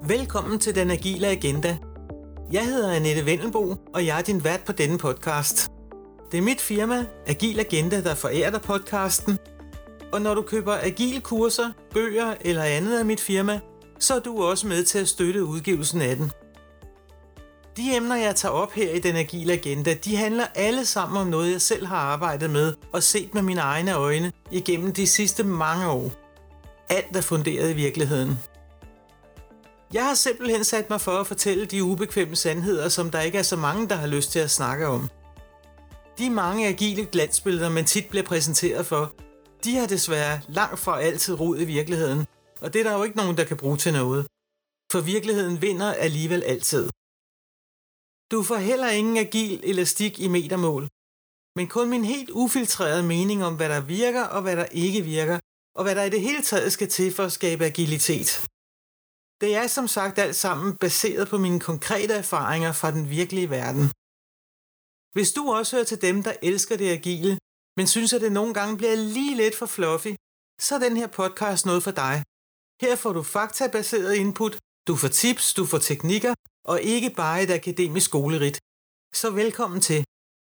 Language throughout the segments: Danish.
Velkommen til Den Agile Agenda. Jeg hedder Annette Vendelbo, og jeg er din vært på denne podcast. Det er mit firma, Agile Agenda, der forærer dig podcasten. Og når du køber agile kurser, bøger eller andet af mit firma, så er du også med til at støtte udgivelsen af den. De emner, jeg tager op her i Den Agile Agenda, de handler alle sammen om noget, jeg selv har arbejdet med og set med mine egne øjne igennem de sidste mange år. Alt er funderet i virkeligheden. Jeg har simpelthen sat mig for at fortælle de ubekvemme sandheder, som der ikke er så mange, der har lyst til at snakke om. De mange agile glansbilleder, man tit bliver præsenteret for, de har desværre langt fra altid rod i virkeligheden, og det er der jo ikke nogen, der kan bruge til noget. For virkeligheden vinder alligevel altid. Du får heller ingen agil elastik i metermål, men kun min helt ufiltrerede mening om, hvad der virker og hvad der ikke virker, og hvad der i det hele taget skal til for at skabe agilitet. Det er som sagt alt sammen baseret på mine konkrete erfaringer fra den virkelige verden. Hvis du også hører til dem, der elsker det agile, men synes, at det nogle gange bliver lige lidt for fluffy, så er den her podcast noget for dig. Her får du faktabaseret input, du får tips, du får teknikker, og ikke bare et akademisk skolerit. Så velkommen til.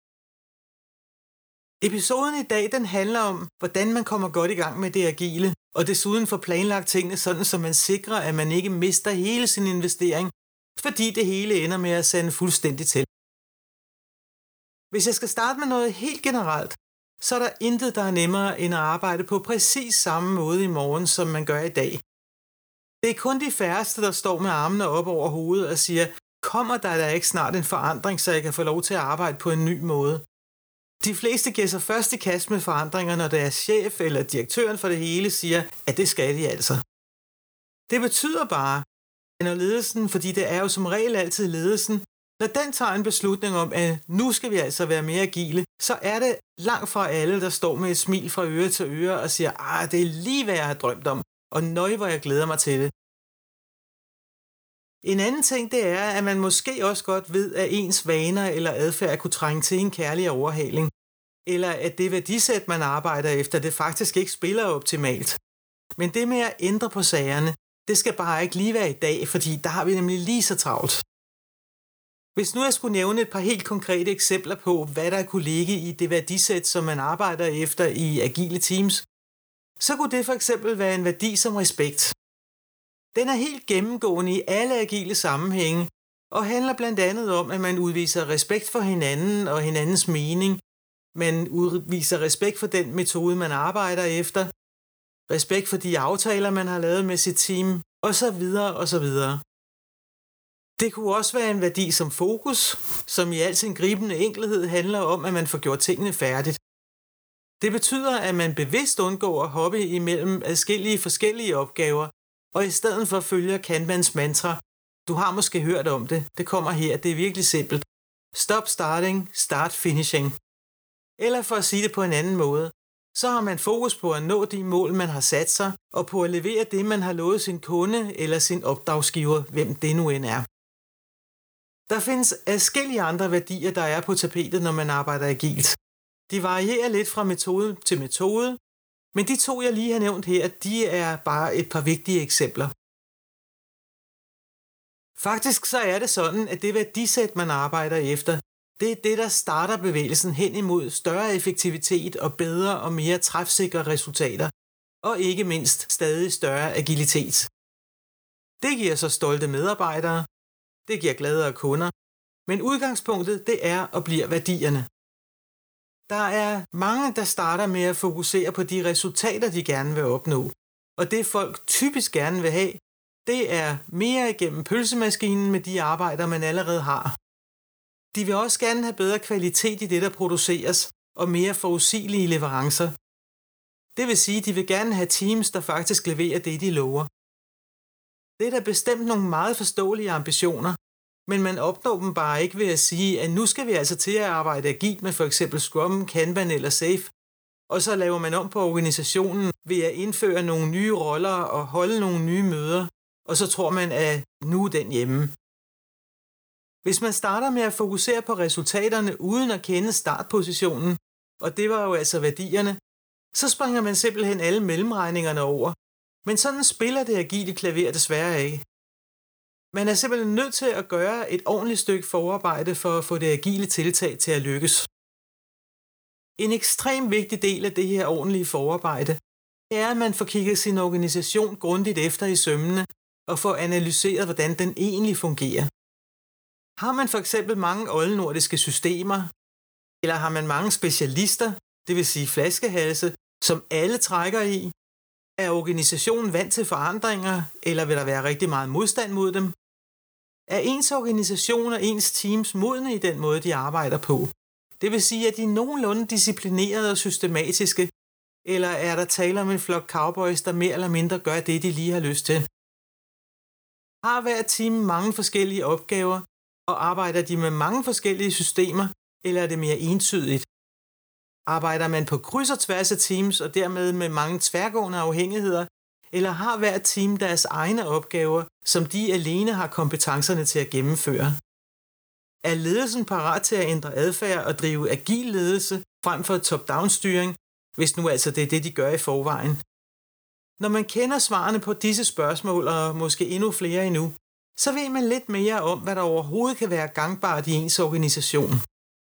Episoden i dag, den handler om, hvordan man kommer godt i gang med det agile, og desuden får planlagt tingene sådan, så man sikrer, at man ikke mister hele sin investering, fordi det hele ender med at sande fuldstændig til. Hvis jeg skal starte med noget helt generelt, så er der intet, der er nemmere end at arbejde på præcis samme måde i morgen, som man gør i dag. Det er kun de færreste, der står med armene op over hovedet og siger, kommer der ikke snart en forandring, så jeg kan få lov til at arbejde på en ny måde? De fleste giver sig først i kast med forandringer, når deres chef eller direktøren for det hele siger, at det skal de altså. Det betyder bare, at når ledelsen, fordi det er jo som regel altid ledelsen, når den tager en beslutning om, at nu skal vi altså være mere agile, så er det langt fra alle, der står med et smil fra øre til øre og siger, det er lige hvad jeg har drømt om, og nøj, hvor jeg glæder mig til det. En anden ting, det er, at man måske også godt ved, at ens vaner eller adfærd kunne trænge til en kærlig overhaling, eller at det værdisæt, man arbejder efter, det faktisk ikke spiller optimalt. Men det med at ændre på sagerne, det skal bare ikke lige være i dag, fordi der har vi nemlig lige så travlt. Hvis nu jeg skulle nævne et par helt konkrete eksempler på, hvad der kunne ligge i det værdisæt, som man arbejder efter i agile teams, så kunne det for eksempel være en værdi som respekt. Den er helt gennemgående i alle agile sammenhænge, og handler blandt andet om, at man udviser respekt for hinanden og hinandens mening. Man udviser respekt for den metode, man arbejder efter, respekt for de aftaler, man har lavet med sit team, osv. osv. Det kunne også være en værdi som fokus, som i al sin gribende enkelhed handler om, at man får gjort tingene færdigt. Det betyder, at man bevidst undgår at hoppe imellem adskillige forskellige opgaver, og i stedet for følger Kanbans mantra. Du har måske hørt om det. Det kommer her. Det er virkelig simpelt. Stop starting, start finishing. Eller for at sige det på en anden måde, så har man fokus på at nå de mål, man har sat sig, og på at levere det, man har lovet sin kunde eller sin opdragsgiver, hvem det nu end er. Der findes adskillige andre værdier, der er på tapetet, når man arbejder agilt. De varierer lidt fra metode til metode, men de to, jeg lige har nævnt her, de er bare et par vigtige eksempler. Faktisk så er det sådan, at det værdisæt, man arbejder efter, det er det, der starter bevægelsen hen imod større effektivitet og bedre og mere træfsikre resultater, og ikke mindst stadig større agilitet. Det giver så stolte medarbejdere, det giver gladere kunder, men udgangspunktet det er og bliver værdierne. Der er mange, der starter med at fokusere på de resultater, de gerne vil opnå, og det folk typisk gerne vil have, det er mere igennem pølsemaskinen med de arbejder, man allerede har. De vil også gerne have bedre kvalitet i det, der produceres, og mere forudsigelige leverancer. Det vil sige, at de vil gerne have teams, der faktisk leverer det, de lover. Det er da bestemt nogle meget forståelige ambitioner, men man opnår dem bare ikke ved at sige, at nu skal vi altså til at arbejde agilt med f.eks. Scrum, Kanban eller Safe, og så laver man om på organisationen ved at indføre nogle nye roller og holde nogle nye møder, og så tror man, at nu er den hjemme. Hvis man starter med at fokusere på resultaterne uden at kende startpositionen, og det var jo altså værdierne, så springer man simpelthen alle mellemregningerne over. Men sådan spiller det agile klaver desværre ikke. Man er simpelthen nødt til at gøre et ordentligt stykke forarbejde for at få det agile tiltag til at lykkes. En ekstremt vigtig del af det her ordentlige forarbejde er, at man får kigget sin organisation grundigt efter i sømmene og får analyseret, hvordan den egentlig fungerer. Har man for eksempel mange oldnordiske systemer, eller har man mange specialister, det vil sige flaskehalse, som alle trækker i? Er organisationen vant til forandringer, eller vil der være rigtig meget modstand mod dem? Er ens organisation og ens teams modne i den måde, de arbejder på? Det vil sige, at de er nogenlunde disciplinerede og systematiske, eller er der tale om en flok cowboys, der mere eller mindre gør det, de lige har lyst til? Har hver team mange forskellige opgaver, og arbejder de med mange forskellige systemer, eller er det mere entydigt? Arbejder man på kryds og tværs af teams, og dermed med mange tværgående afhængigheder, eller har hver team deres egne opgaver, som de alene har kompetencerne til at gennemføre? Er ledelsen parat til at ændre adfærd og drive agil ledelse frem for top-down-styring, hvis nu altså det er det, de gør i forvejen? Når man kender svarene på disse spørgsmål, og måske endnu flere endnu, så ved man lidt mere om, hvad der overhovedet kan være gangbart i ens organisation.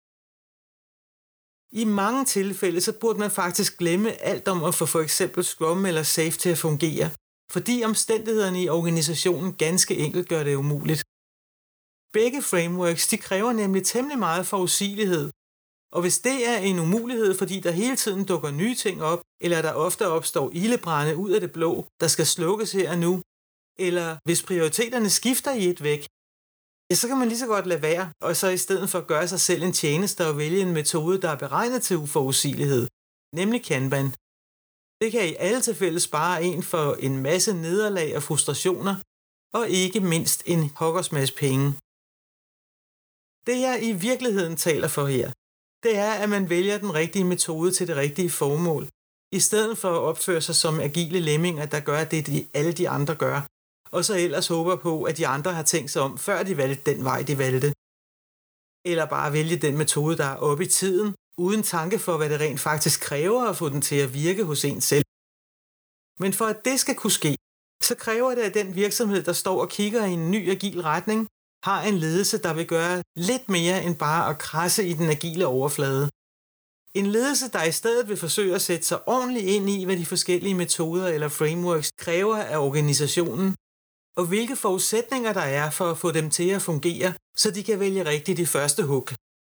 I mange tilfælde så burde man faktisk glemme alt om at få for eksempel Scrum eller SAFe til at fungere, fordi omstændighederne i organisationen ganske enkelt gør det umuligt. Begge frameworks de kræver nemlig temmelig meget forudsigelighed, og hvis det er en umulighed, fordi der hele tiden dukker nye ting op, eller der ofte opstår ildebrande ud af det blå, der skal slukkes her og nu, eller hvis prioriteterne skifter i et væk, ja, så kan man lige så godt lade være, og så i stedet for at gøre sig selv en tjeneste og vælge en metode, der er beregnet til uforudsigelighed, nemlig Kanban. Det kan i alle tilfælde spare en for en masse nederlag og frustrationer, og ikke mindst en pokkers masse penge. Det jeg i virkeligheden taler for her, det er, at man vælger den rigtige metode til det rigtige formål, i stedet for at opføre sig som agile lemminger, der gør det, alle de andre gør, og så ellers håber på, at de andre har tænkt sig om, før de valgte den vej, de valgte. Eller bare vælge den metode, der er oppe i tiden, uden tanke for, hvad det rent faktisk kræver at få den til at virke hos en selv. Men for at det skal kunne ske, så kræver det, at den virksomhed, der står og kigger i en ny agil retning, har en ledelse, der vil gøre lidt mere end bare at krasse i den agile overflade. En ledelse, der i stedet vil forsøge at sætte sig ordentligt ind i, hvad de forskellige metoder eller frameworks kræver af organisationen, og hvilke forudsætninger der er for at få dem til at fungere, så de kan vælge rigtigt i første hug.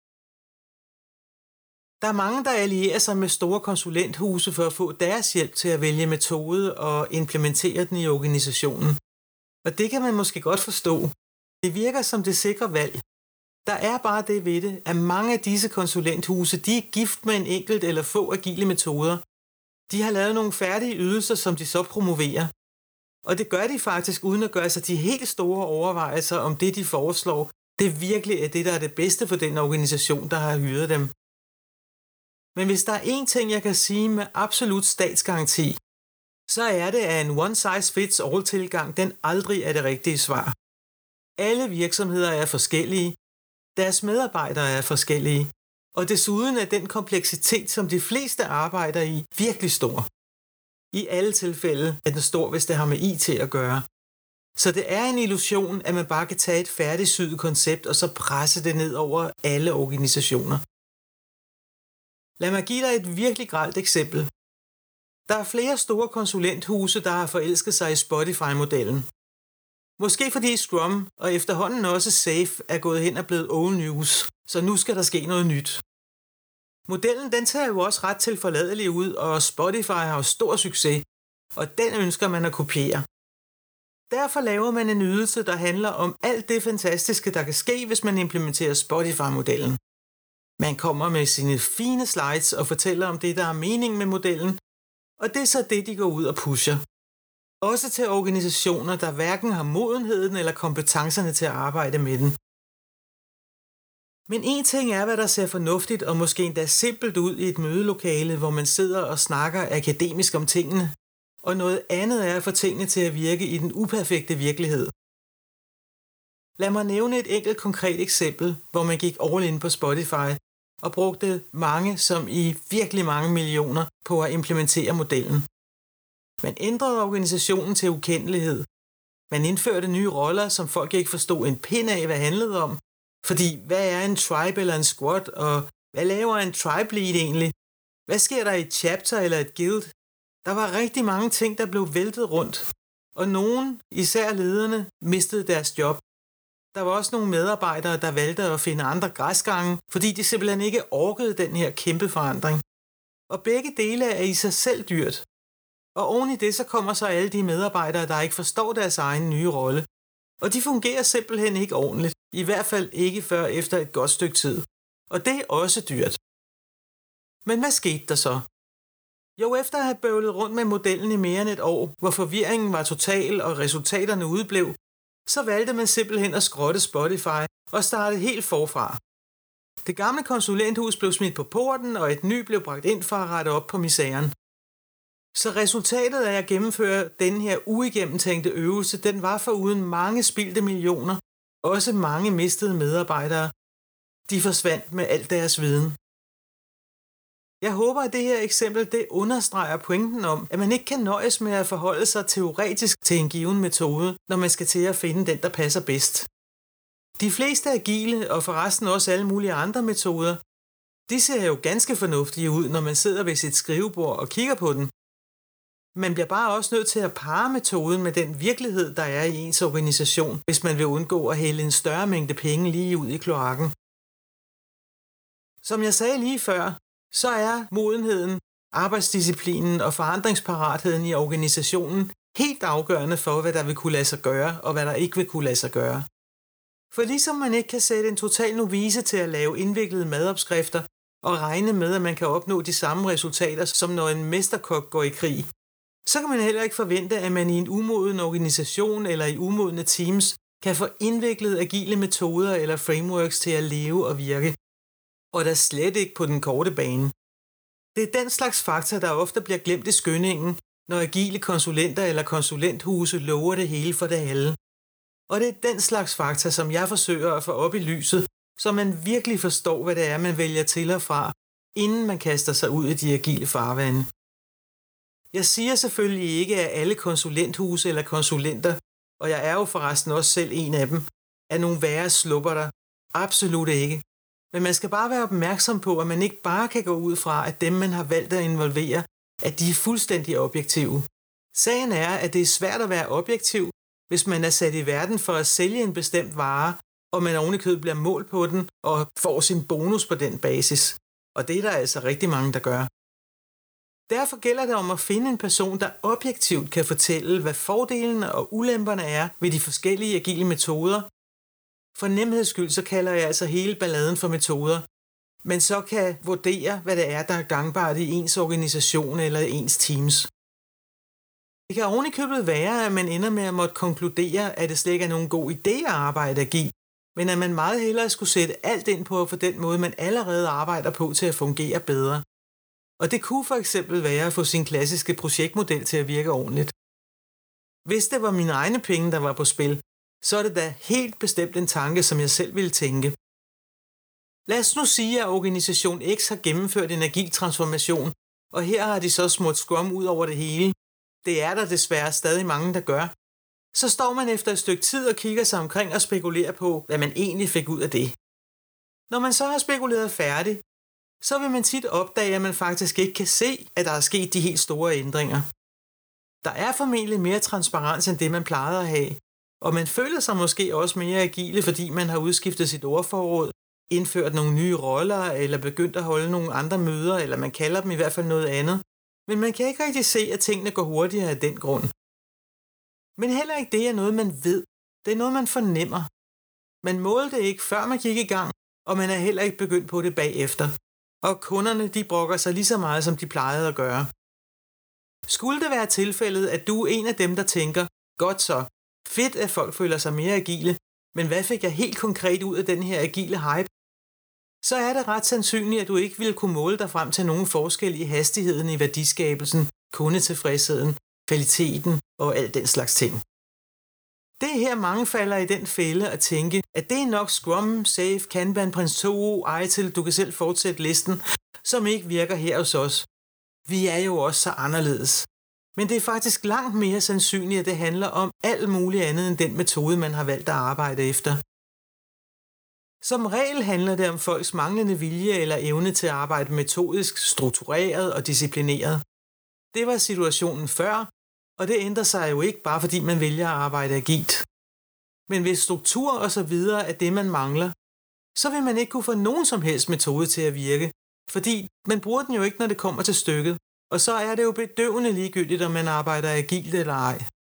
Der er mange, der allierer sig med store konsulenthuse for at få deres hjælp til at vælge metode og implementere den i organisationen. Og det kan man måske godt forstå. Det virker som det sikre valg. Der er bare det ved det, at mange af disse konsulenthuse, de er gift med en enkelt eller få agile metoder. De har lavet nogle færdige ydelser, som de så promoverer. Og det gør de faktisk uden at gøre sig de helt store overvejelser om det, de foreslår. Det virkelig er det, der er det bedste for den organisation, der har hyret dem. Men hvis der er én ting, jeg kan sige med absolut statsgaranti, så er det, at en one-size-fits-all-tilgang, den aldrig er det rigtige svar. Alle virksomheder er forskellige, deres medarbejdere er forskellige, og desuden er den kompleksitet, som de fleste arbejder i, virkelig stor. I alle tilfælde er den stor, hvis det har med IT at gøre. Så det er en illusion, at man bare kan tage et færdigsyet koncept og så presse det ned over alle organisationer. Lad mig give dig et virkelig grelt eksempel. Der er flere store konsulenthuse, der har forelsket sig i Spotify-modellen. Måske fordi Scrum og efterhånden også SAFe er gået hen og blevet old news, så nu skal der ske noget nyt. Modellen den tager jo også ret tilforladelig ud, og Spotify har jo stor succes, og den ønsker man at kopiere. Derfor laver man en ydelse, der handler om alt det fantastiske, der kan ske, hvis man implementerer Spotify-modellen. Man kommer med sine fine slides og fortæller om det, der er meningen med modellen, og det er så det, de går ud og pusher. Også til organisationer, der hverken har modenheden eller kompetencerne til at arbejde med den. Men en ting er, hvad der ser fornuftigt og måske endda simpelt ud i et mødelokale, hvor man sidder og snakker akademisk om tingene, og noget andet er at få tingene til at virke i den uperfekte virkelighed. Lad mig nævne et enkelt konkret eksempel, hvor man gik all in på Spotify og brugte mange, som i virkelig mange millioner, på at implementere modellen. Man ændrede organisationen til ukendelighed. Man indførte nye roller, som folk ikke forstod en pind af, hvad handlede om. Fordi, hvad er en tribe eller en squad, og hvad laver en tribe lead egentlig? Hvad sker der i et chapter eller et guild? Der var rigtig mange ting, der blev væltet rundt. Og nogen, især lederne, mistede deres job. Der var også nogle medarbejdere, der valgte at finde andre græsgange, fordi de simpelthen ikke orkede den her kæmpe forandring. Og begge dele er i sig selv dyrt. Og oven i det, så kommer så alle de medarbejdere, der ikke forstår deres egen nye rolle. Og de fungerer simpelthen ikke ordentligt. I hvert fald ikke før efter et godt stykke tid. Og det er også dyrt. Men hvad skete der så? Jo, efter at have bøvlet rundt med modellen i mere end et år, hvor forvirringen var total og resultaterne udeblev, så valgte man simpelthen at skrotte Spotify og starte helt forfra. Det gamle konsulenthus blev smidt på porten, og et ny blev bragt ind for at rette op på misæren. Så resultatet af at gennemføre den her uigennemtænkte øvelse, den var foruden mange spildte millioner, også mange mistede medarbejdere. De forsvandt med al deres viden. Jeg håber, at det her eksempel det understreger pointen om, at man ikke kan nøjes med at forholde sig teoretisk til en given metode, når man skal til at finde den, der passer bedst. De fleste agile, og forresten også alle mulige andre metoder, de ser jo ganske fornuftige ud, når man sidder ved sit skrivebord og kigger på den. Man bliver bare også nødt til at parre metoden med den virkelighed, der er i ens organisation, hvis man vil undgå at hælde en større mængde penge lige ud i kloakken. Som jeg sagde lige før, så er modenheden, arbejdsdisciplinen og forandringsparatheden i organisationen helt afgørende for, hvad der vil kunne lade sig gøre, og hvad der ikke vil kunne lade sig gøre. For ligesom man ikke kan sætte en total novice til at lave indviklede madopskrifter og regne med, at man kan opnå de samme resultater, som når en mesterkok går i krig, så kan man heller ikke forvente, at man i en umoden organisation eller i umodne teams kan få indviklede agile metoder eller frameworks til at leve og virke. Og der slet ikke på den korte bane. Det er den slags fakta, der ofte bliver glemt i skyndingen, når agile konsulenter eller konsulenthuse lover det hele for det alle. Og det er den slags fakta, som jeg forsøger at få op i lyset, så man virkelig forstår, hvad det er, man vælger til og fra, inden man kaster sig ud i de agile farvande. Jeg siger selvfølgelig ikke, at alle konsulenthuse eller konsulenter, og jeg er jo forresten også selv en af dem, er nogle værre slupper der. Absolut ikke. Men man skal bare være opmærksom på, at man ikke bare kan gå ud fra, at dem, man har valgt at involvere, at de er fuldstændig objektive. Sagen er, at det er svært at være objektiv, hvis man er sat i verden for at sælge en bestemt vare, og man ovenikøbet bliver målt på den og får sin bonus på den basis. Og det er der altså rigtig mange, der gør. Derfor gælder det om at finde en person, der objektivt kan fortælle, hvad fordelene og ulemperne er ved de forskellige agile metoder. For nemheds skyld, så kalder jeg altså hele balladen for metoder, men så kan vurdere, hvad det er, der er gangbart i ens organisation eller ens teams. Det kan ovenikøbet være, at man ender med at måtte konkludere, at det slet ikke er nogen god idé at arbejde agil, men at man meget hellere skulle sætte alt ind på at få den måde, man allerede arbejder på til at fungere bedre. Og det kunne for eksempel være at få sin klassiske projektmodel til at virke ordentligt. Hvis det var mine egne penge, der var på spil, så er det da helt bestemt en tanke, som jeg selv ville tænke. Lad os nu sige, at organisation X har gennemført en agil transformation, og her har de så smurt Scrum ud over det hele. Det er der desværre stadig mange, der gør. Så står man efter et stykke tid og kigger sig omkring og spekulerer på, hvad man egentlig fik ud af det. Når man så har spekuleret færdigt, så vil man tit opdage, at man faktisk ikke kan se, at der er sket de helt store ændringer. Der er formentlig mere transparens end det, man plejede at have, og man føler sig måske også mere agile, fordi man har udskiftet sit ordforråd, indført nogle nye roller, eller begyndt at holde nogle andre møder, eller man kalder dem i hvert fald noget andet. Men man kan ikke rigtig se, at tingene går hurtigere af den grund. Men heller ikke det er noget, man ved. Det er noget, man fornemmer. Man målte det ikke, før man gik i gang, og man er heller ikke begyndt på det bagefter. Og kunderne, de brokker sig lige så meget, som de plejede at gøre. Skulle det være tilfældet, at du er en af dem, der tænker, godt så, fedt at folk føler sig mere agile, men hvad fik jeg helt konkret ud af den her agile hype? Så er det ret sandsynligt, at du ikke ville kunne måle dig frem til nogen forskel i hastigheden i værdiskabelsen, kundetilfredsheden, kvaliteten og alt den slags ting. Det er her mange falder i den fælde at tænke, at det er nok Scrum, Safe, Kanban, Prince2, ITIL, du kan selv fortsætte listen, som ikke virker her hos os. Vi er jo også så anderledes. Men det er faktisk langt mere sandsynligt, at det handler om alt muligt andet end den metode, man har valgt at arbejde efter. Som regel handler det om folks manglende vilje eller evne til at arbejde metodisk, struktureret og disciplineret. Det var situationen før, og det ændrer sig jo ikke bare fordi man vælger at arbejde agilt. Men hvis struktur og så videre er det, man mangler, så vil man ikke kunne få nogen som helst metode til at virke, fordi man bruger den jo ikke, når det kommer til stykket, og så er det jo bedøvende ligegyldigt, om man arbejder agilt eller ej.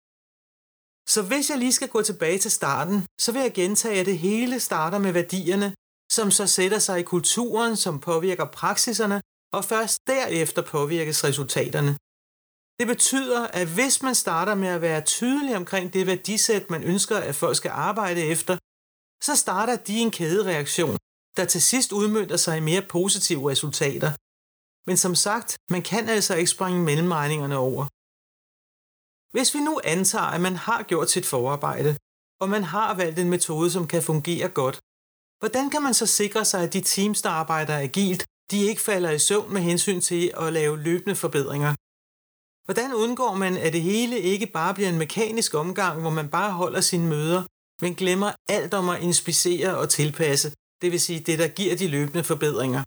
Så hvis jeg lige skal gå tilbage til starten, så vil jeg gentage, at det hele starter med værdierne, som så sætter sig i kulturen, som påvirker praksiserne, og først derefter påvirkes resultaterne. Det betyder, at hvis man starter med at være tydelig omkring det værdisæt, man ønsker, at folk skal arbejde efter, så starter de en kædereaktion, der til sidst udmønter sig i mere positive resultater. Men som sagt, man kan altså ikke springe mellemregningerne over. Hvis vi nu antager, at man har gjort sit forarbejde, og man har valgt en metode, som kan fungere godt, hvordan kan man så sikre sig, at de teams, der arbejder agilt, de ikke falder i søvn med hensyn til at lave løbende forbedringer? Hvordan undgår man, at det hele ikke bare bliver en mekanisk omgang, hvor man bare holder sine møder, men glemmer alt om at inspicere og tilpasse, det vil sige det, der giver de løbende forbedringer?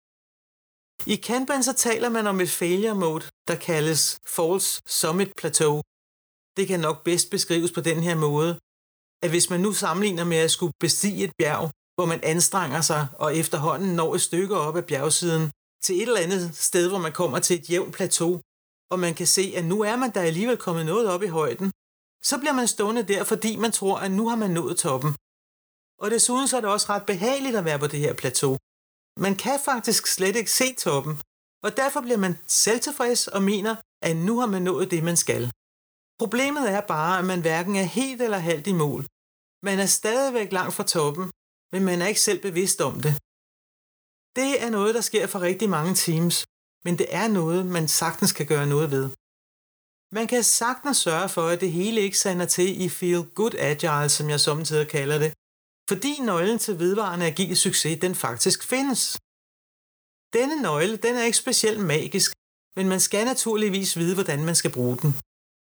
I Kanban så taler man om et failure mode, der kaldes False Summit Plateau. Det kan nok bedst beskrives på den her måde, at hvis man nu sammenligner med at skulle bestige et bjerg, hvor man anstrenger sig og efterhånden når et stykke op ad bjergsiden, til et eller andet sted, hvor man kommer til et jævnt plateau, og man kan se, at nu er man der alligevel kommet noget op i højden, så bliver man stående der, fordi man tror, at nu har man nået toppen. Og desuden så er det også ret behageligt at være på det her plateau. Man kan faktisk slet ikke se toppen, og derfor bliver man selvtilfreds og mener, at nu har man nået det, man skal. Problemet er bare, at man hverken er helt eller halvt i mål. Man er stadigvæk langt fra toppen, men man er ikke selv bevidst om det. Det er noget, der sker for rigtig mange teams, men det er noget, man sagtens kan gøre noget ved. Man kan sagtens sørge for, at det hele ikke sander til i Feel Good Agile, som jeg sommetider kalder det, fordi nøglen til vedvarende agil succes, den faktisk findes. Denne nøgle, den er ikke specielt magisk, men man skal naturligvis vide, hvordan man skal bruge den.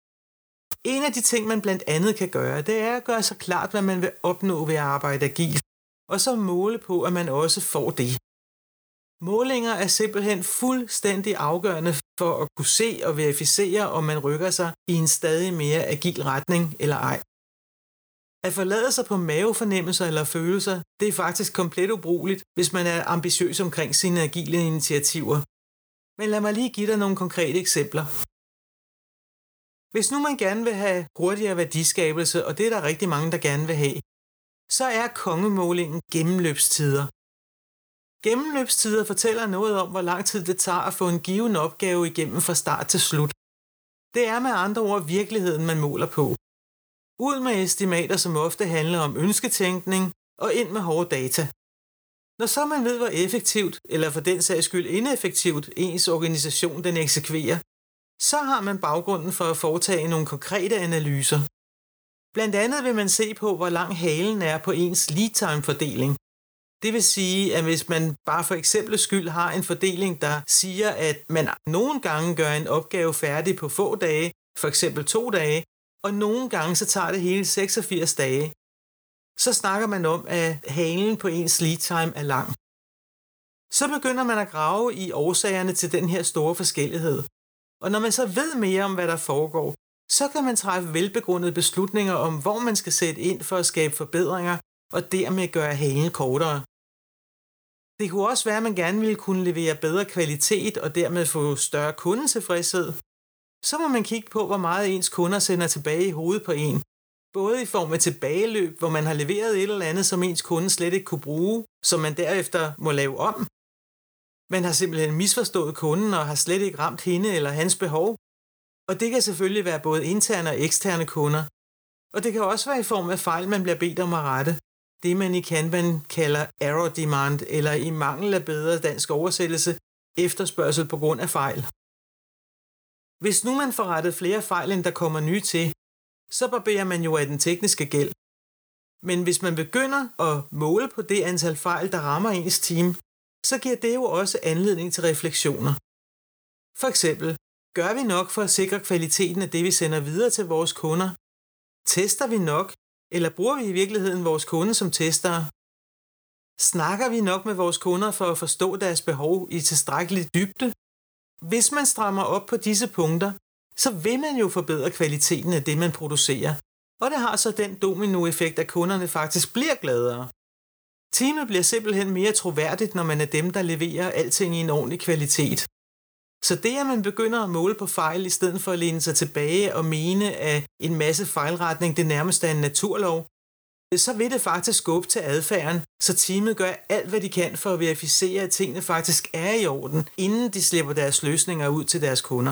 En af de ting, man blandt andet kan gøre, det er at gøre sig klart, hvad man vil opnå ved at arbejde agilt, og så måle på, at man også får det. Målinger er simpelthen fuldstændig afgørende for at kunne se og verificere, om man rykker sig i en stadig mere agil retning eller ej. At forlade sig på mavefornemmelser eller følelser, det er faktisk komplet ubrugeligt, hvis man er ambitiøs omkring sine agile initiativer. Men lad mig lige give dig nogle konkrete eksempler. Hvis nu man gerne vil have hurtigere værdiskabelse, og det er der rigtig mange, der gerne vil have, så er kongemålingen gennemløbstider. Gennemløbstider fortæller noget om, hvor lang tid det tager at få en given opgave igennem fra start til slut. Det er med andre ord virkeligheden, man måler på. Ud med estimater, som ofte handler om ønsketænkning, og ind med hårde data. Når så man ved, hvor effektivt, eller for den sags skyld ineffektivt, ens organisation den eksekverer, så har man baggrunden for at foretage nogle konkrete analyser. Blandt andet vil man se på, hvor lang halen er på ens lead time-fordeling. Det vil sige, at hvis man bare for eksempel skyld har en fordeling, der siger, at man nogle gange gør en opgave færdig på få dage, for eksempel 2 dage, og nogle gange så tager det hele 86 dage, så snakker man om, at halen på ens lead time er lang. Så begynder man at grave i årsagerne til den her store forskellighed. Og når man så ved mere om, hvad der foregår, så kan man træffe velbegrundede beslutninger om, hvor man skal sætte ind for at skabe forbedringer, og dermed gøre halen kortere. Det kunne også være, at man gerne ville kunne levere bedre kvalitet og dermed få større kundetilfredshed. Så må man kigge på, hvor meget ens kunder sender tilbage i hovedet på en. Både i form af tilbageløb, hvor man har leveret et eller andet, som ens kunde slet ikke kunne bruge, som man derefter må lave om. Man har simpelthen misforstået kunden og har slet ikke ramt hende eller hans behov. Og det kan selvfølgelig være både interne og eksterne kunder. Og det kan også være i form af fejl, man bliver bedt om at rette. Det man i Kanban kalder error demand, eller i mangel af bedre dansk oversættelse, efterspørgsel på grund af fejl. Hvis nu man får rettet flere fejl, end der kommer nye til, så barberer man jo af den tekniske gæld. Men hvis man begynder at måle på det antal fejl, der rammer ens team, så giver det jo også anledning til refleksioner. For eksempel, Gør vi nok for at sikre kvaliteten af det, vi sender videre til vores kunder? Tester vi nok, eller bruger vi i virkeligheden vores kunder som testere? Snakker vi nok med vores kunder for at forstå deres behov i tilstrækkelig dybde? Hvis man strammer op på disse punkter, så vil man jo forbedre kvaliteten af det, man producerer. Og det har så den dominoeffekt, at kunderne faktisk bliver gladere. Teamet bliver simpelthen mere troværdigt, når man er dem, der leverer alting i en ordentlig kvalitet. Så det, at man begynder at måle på fejl, i stedet for at læne sig tilbage og mene, at en masse fejlretning det nærmest er en naturlov, så vil det faktisk skubbe til adfærden, så teamet gør alt, hvad de kan for at verificere, at tingene faktisk er i orden, inden de slipper deres løsninger ud til deres kunder.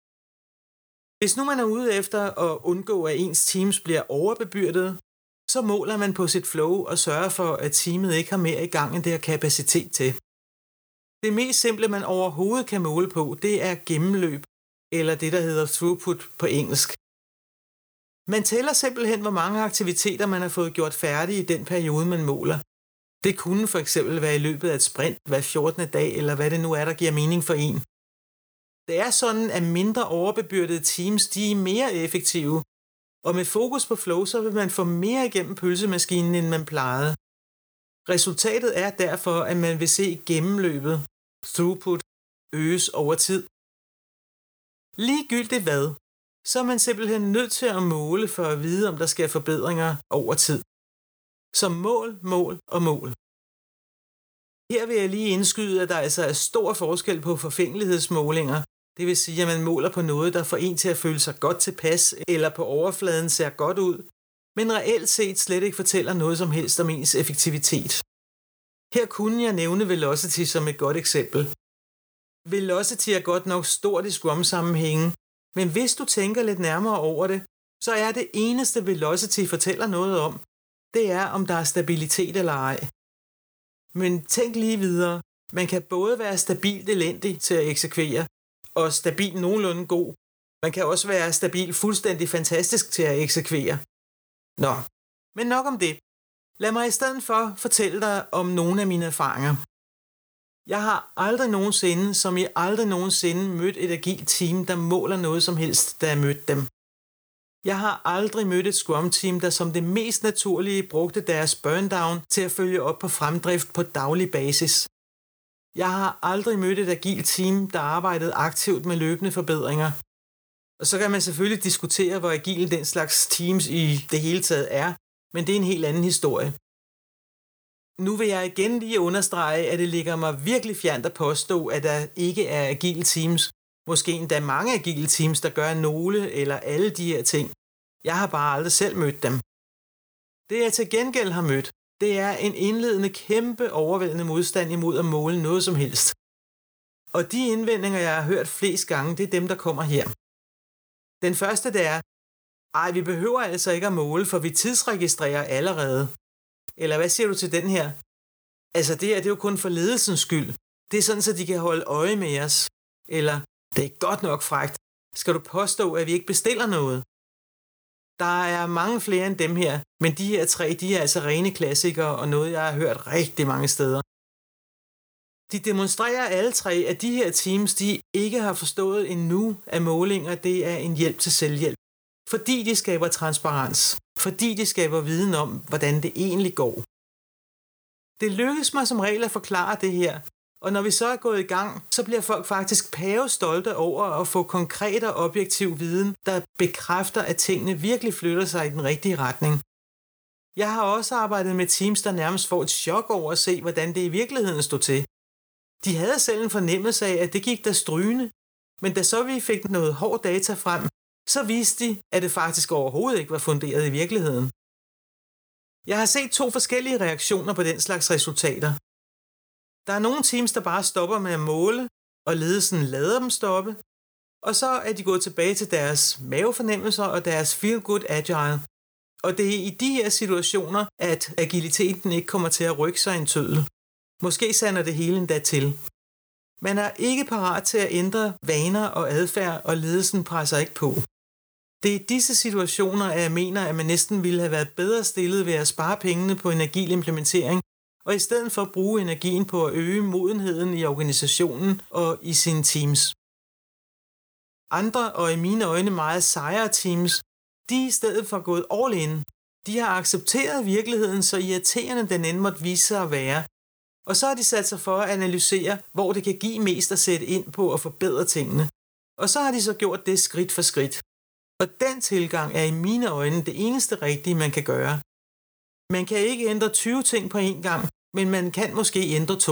Hvis nu man er ude efter at undgå, at ens teams bliver overbebyrdet, så måler man på sit flow og sørger for, at teamet ikke har mere i gang, end det har kapacitet til. Det mest simple, man overhovedet kan måle på, det er gennemløb, eller det, der hedder throughput på engelsk. Man tæller simpelthen, hvor mange aktiviteter, man har fået gjort færdige i den periode, man måler. Det kunne for eksempel være i løbet af et sprint hver 14. dag, eller hvad det nu er, der giver mening for en. Det er sådan, at mindre overbebyrdede teams, de er mere effektive, og med fokus på flow, så vil man få mere igennem pølsemaskinen, end man plejede. Resultatet er derfor, at man vil se gennemløbet, throughput, øges over tid. Ligegyldigt hvad, så er man simpelthen nødt til at måle for at vide, om der sker forbedringer over tid. Så mål, mål og mål. Her vil jeg lige indskyde, at der altså er stor forskel på forfængelighedsmålinger. Det vil sige, at man måler på noget, der får en til at føle sig godt tilpas, eller på overfladen ser godt ud, men reelt set slet ikke fortæller noget som helst om ens effektivitet. Her kunne jeg nævne velocity som et godt eksempel. Velocity er godt nok stort i Scrum-sammenhænge, men hvis du tænker lidt nærmere over det, så er det eneste velocity fortæller noget om, det er, om der er stabilitet eller ej. Men tænk lige videre. Man kan både være stabilt elendig til at eksekvere, og stabil nogenlunde god. Man kan også være stabil fuldstændig fantastisk til at eksekvere. Nå, men nok om det. Lad mig i stedet for fortælle dig om nogle af mine erfaringer. Jeg har aldrig nogensinde mødt et agilt team, der måler noget som helst, da jeg mødte dem. Jeg har aldrig mødt et Scrum-team, der som det mest naturlige brugte deres burndown til at følge op på fremdrift på daglig basis. Jeg har aldrig mødt et agilt team, der arbejdede aktivt med løbende forbedringer. Og så kan man selvfølgelig diskutere, hvor agile den slags teams i det hele taget er, men det er en helt anden historie. Nu vil jeg igen lige understrege, at det ligger mig virkelig fjernt at påstå, at der ikke er agile teams, måske endda mange agile teams, der gør nogle eller alle de her ting. Jeg har bare aldrig selv mødt dem. Det jeg til gengæld har mødt, det er en indledende kæmpe overvældende modstand imod at måle noget som helst. Og de indvendinger, jeg har hørt flest gange, det er dem, der kommer her. Den første, det er, vi behøver altså ikke at måle, for vi tidsregistrerer allerede. Eller hvad siger du til den her? Altså det er jo kun for ledelsens skyld. Det er sådan, så de kan holde øje med os. Eller, det er godt nok frækt. Skal du påstå, at vi ikke bestiller noget? Der er mange flere end dem her, men de her tre, de er altså rene klassikere, og noget, jeg har hørt rigtig mange steder. De demonstrerer alle tre, at de her teams, de ikke har forstået endnu, at målinger, det er en hjælp til selvhjælp. Fordi de skaber transparens. Fordi de skaber viden om, hvordan det egentlig går. Det lykkes mig som regel at forklare det her, og når vi så er gået i gang, så bliver folk faktisk pavestolte over at få konkret og objektiv viden, der bekræfter, at tingene virkelig flytter sig i den rigtige retning. Jeg har også arbejdet med teams, der nærmest får et chok over at se, hvordan det i virkeligheden stod til. De havde selv en fornemmelse af, at det gik der strygende, men da så vi fik noget hård data frem, så viste de, at det faktisk overhovedet ikke var funderet i virkeligheden. Jeg har set 2 forskellige reaktioner på den slags resultater. Der er nogle teams, der bare stopper med at måle, og ledelsen lader dem stoppe, og så er de gået tilbage til deres mavefornemmelser og deres feel good agile. Og det er i de her situationer, at agiliteten ikke kommer til at rykke sig en tøddel. Måske sander det hele endda til. Man er ikke parat til at ændre vaner og adfærd, og ledelsen presser ikke på. Det er i disse situationer, at jeg mener, at man næsten ville have været bedre stillet ved at spare pengene på en agil implementering, og i stedet for at bruge energien på at øge modenheden i organisationen og i sine teams. Andre og i mine øjne meget sejere teams, de er i stedet for gået all in. De har accepteret virkeligheden, så irriterende den end måtte vise sig at være. Og så har de sat sig for at analysere, hvor det kan give mest at sætte ind på at forbedre tingene. Og så har de så gjort det skridt for skridt. Og den tilgang er i mine øjne det eneste rigtige, man kan gøre. Man kan ikke ændre 20 ting på én gang, men man kan måske ændre 2.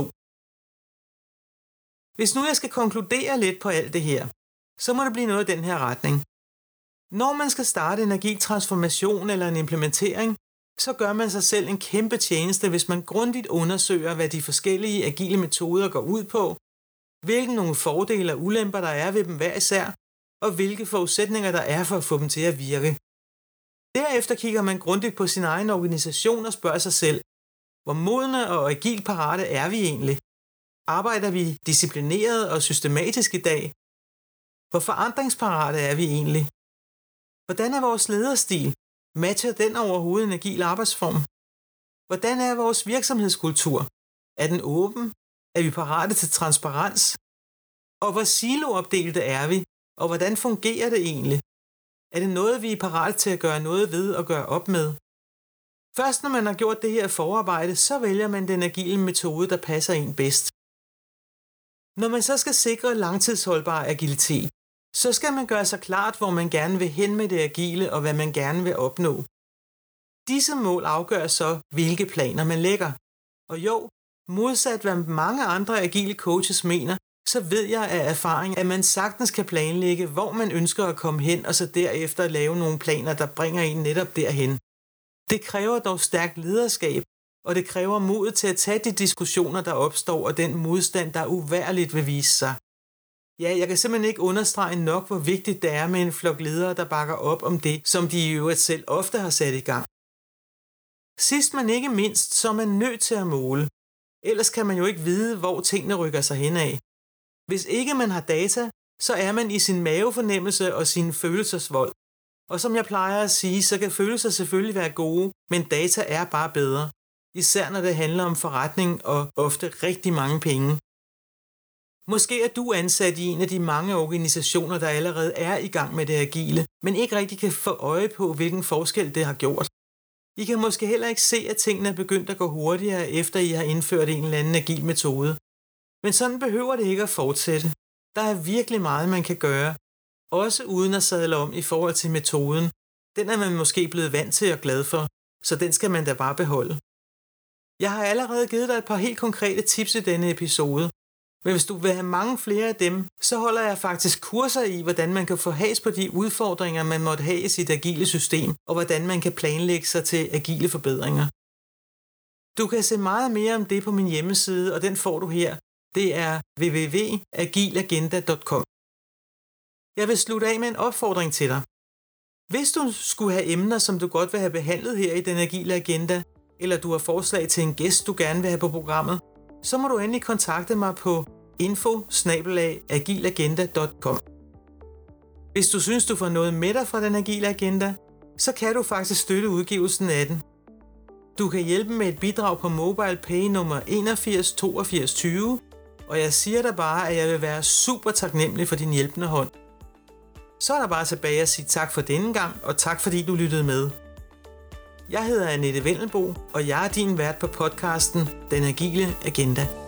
Hvis nu jeg skal konkludere lidt på alt det her, så må det blive noget i den her retning. Når man skal starte en agil transformation eller en implementering, så gør man sig selv en kæmpe tjeneste, hvis man grundigt undersøger, hvad de forskellige agile metoder går ud på, hvilke nogle fordele og ulemper der er ved dem hver især, og hvilke forudsætninger der er for at få dem til at virke. Derefter kigger man grundigt på sin egen organisation og spørger sig selv, hvor modne og agilt parate er vi egentlig? Arbejder vi disciplineret og systematisk i dag? Hvor forandringsparate er vi egentlig? Hvordan er vores lederstil? Matcher den overhovedet en agil arbejdsform? Hvordan er vores virksomhedskultur? Er den åben? Er vi parate til transparens? Og hvor siloopdelte er vi? Og hvordan fungerer det egentlig? Er det noget, vi er parate til at gøre noget ved og gøre op med? Først når man har gjort det her forarbejde, så vælger man den agile metode, der passer en bedst. Når man så skal sikre langtidsholdbar agilitet, så skal man gøre sig klart, hvor man gerne vil hen med det agile og hvad man gerne vil opnå. Disse mål afgør så, hvilke planer man lægger. Og jo, modsat hvad mange andre agile coaches mener, så ved jeg af erfaring, at man sagtens kan planlægge, hvor man ønsker at komme hen, og så derefter lave nogle planer, der bringer en netop derhen. Det kræver dog stærkt lederskab, og det kræver mod til at tage de diskussioner, der opstår, og den modstand, der uværligt vil vise sig. Ja, jeg kan simpelthen ikke understrege nok, hvor vigtigt det er med en flok ledere, der bakker op om det, som de i øvrigt selv ofte har sat i gang. Sidst men ikke mindst, så er man nødt til at måle. Ellers kan man jo ikke vide, hvor tingene rykker sig henad. Hvis ikke man har data, så er man i sin mavefornemmelse og sin følelsesvold. Og som jeg plejer at sige, så kan følelser selvfølgelig være gode, men data er bare bedre. Især når det handler om forretning og ofte rigtig mange penge. Måske er du ansat i en af de mange organisationer, der allerede er i gang med det agile, men ikke rigtig kan få øje på, hvilken forskel det har gjort. I kan måske heller ikke se, at tingene er begyndt at gå hurtigere, efter I har indført en eller anden agil metode. Men sådan behøver det ikke at fortsætte. Der er virkelig meget, man kan gøre, også uden at sadle om i forhold til metoden. Den er man måske blevet vant til og glad for, så den skal man da bare beholde. Jeg har allerede givet dig et par helt konkrete tips i denne episode, men hvis du vil have mange flere af dem, så holder jeg faktisk kurser i, hvordan man kan få has på de udfordringer, man måtte have i sit agile system, og hvordan man kan planlægge sig til agile forbedringer. Du kan se meget mere om det på min hjemmeside, og den får du her. Det er www.agilagenda.com. Jeg vil slutte af med en opfordring til dig. Hvis du skulle have emner, som du godt vil have behandlet her i den agile agenda, eller du har forslag til en gæst, du gerne vil have på programmet, så må du endelig kontakte mig på info@agilagenda.com. Hvis du synes, du får noget med dig fra den agile agenda, så kan du faktisk støtte udgivelsen af den. Du kan hjælpe med et bidrag på MobilePay nummer 818220, og jeg siger dig bare, at jeg vil være super taknemmelig for din hjælpende hånd. Så er der bare tilbage at sige tak for denne gang, og tak fordi du lyttede med. Jeg hedder Annette Vendelbo, og jeg er din vært på podcasten Den Agile Agenda.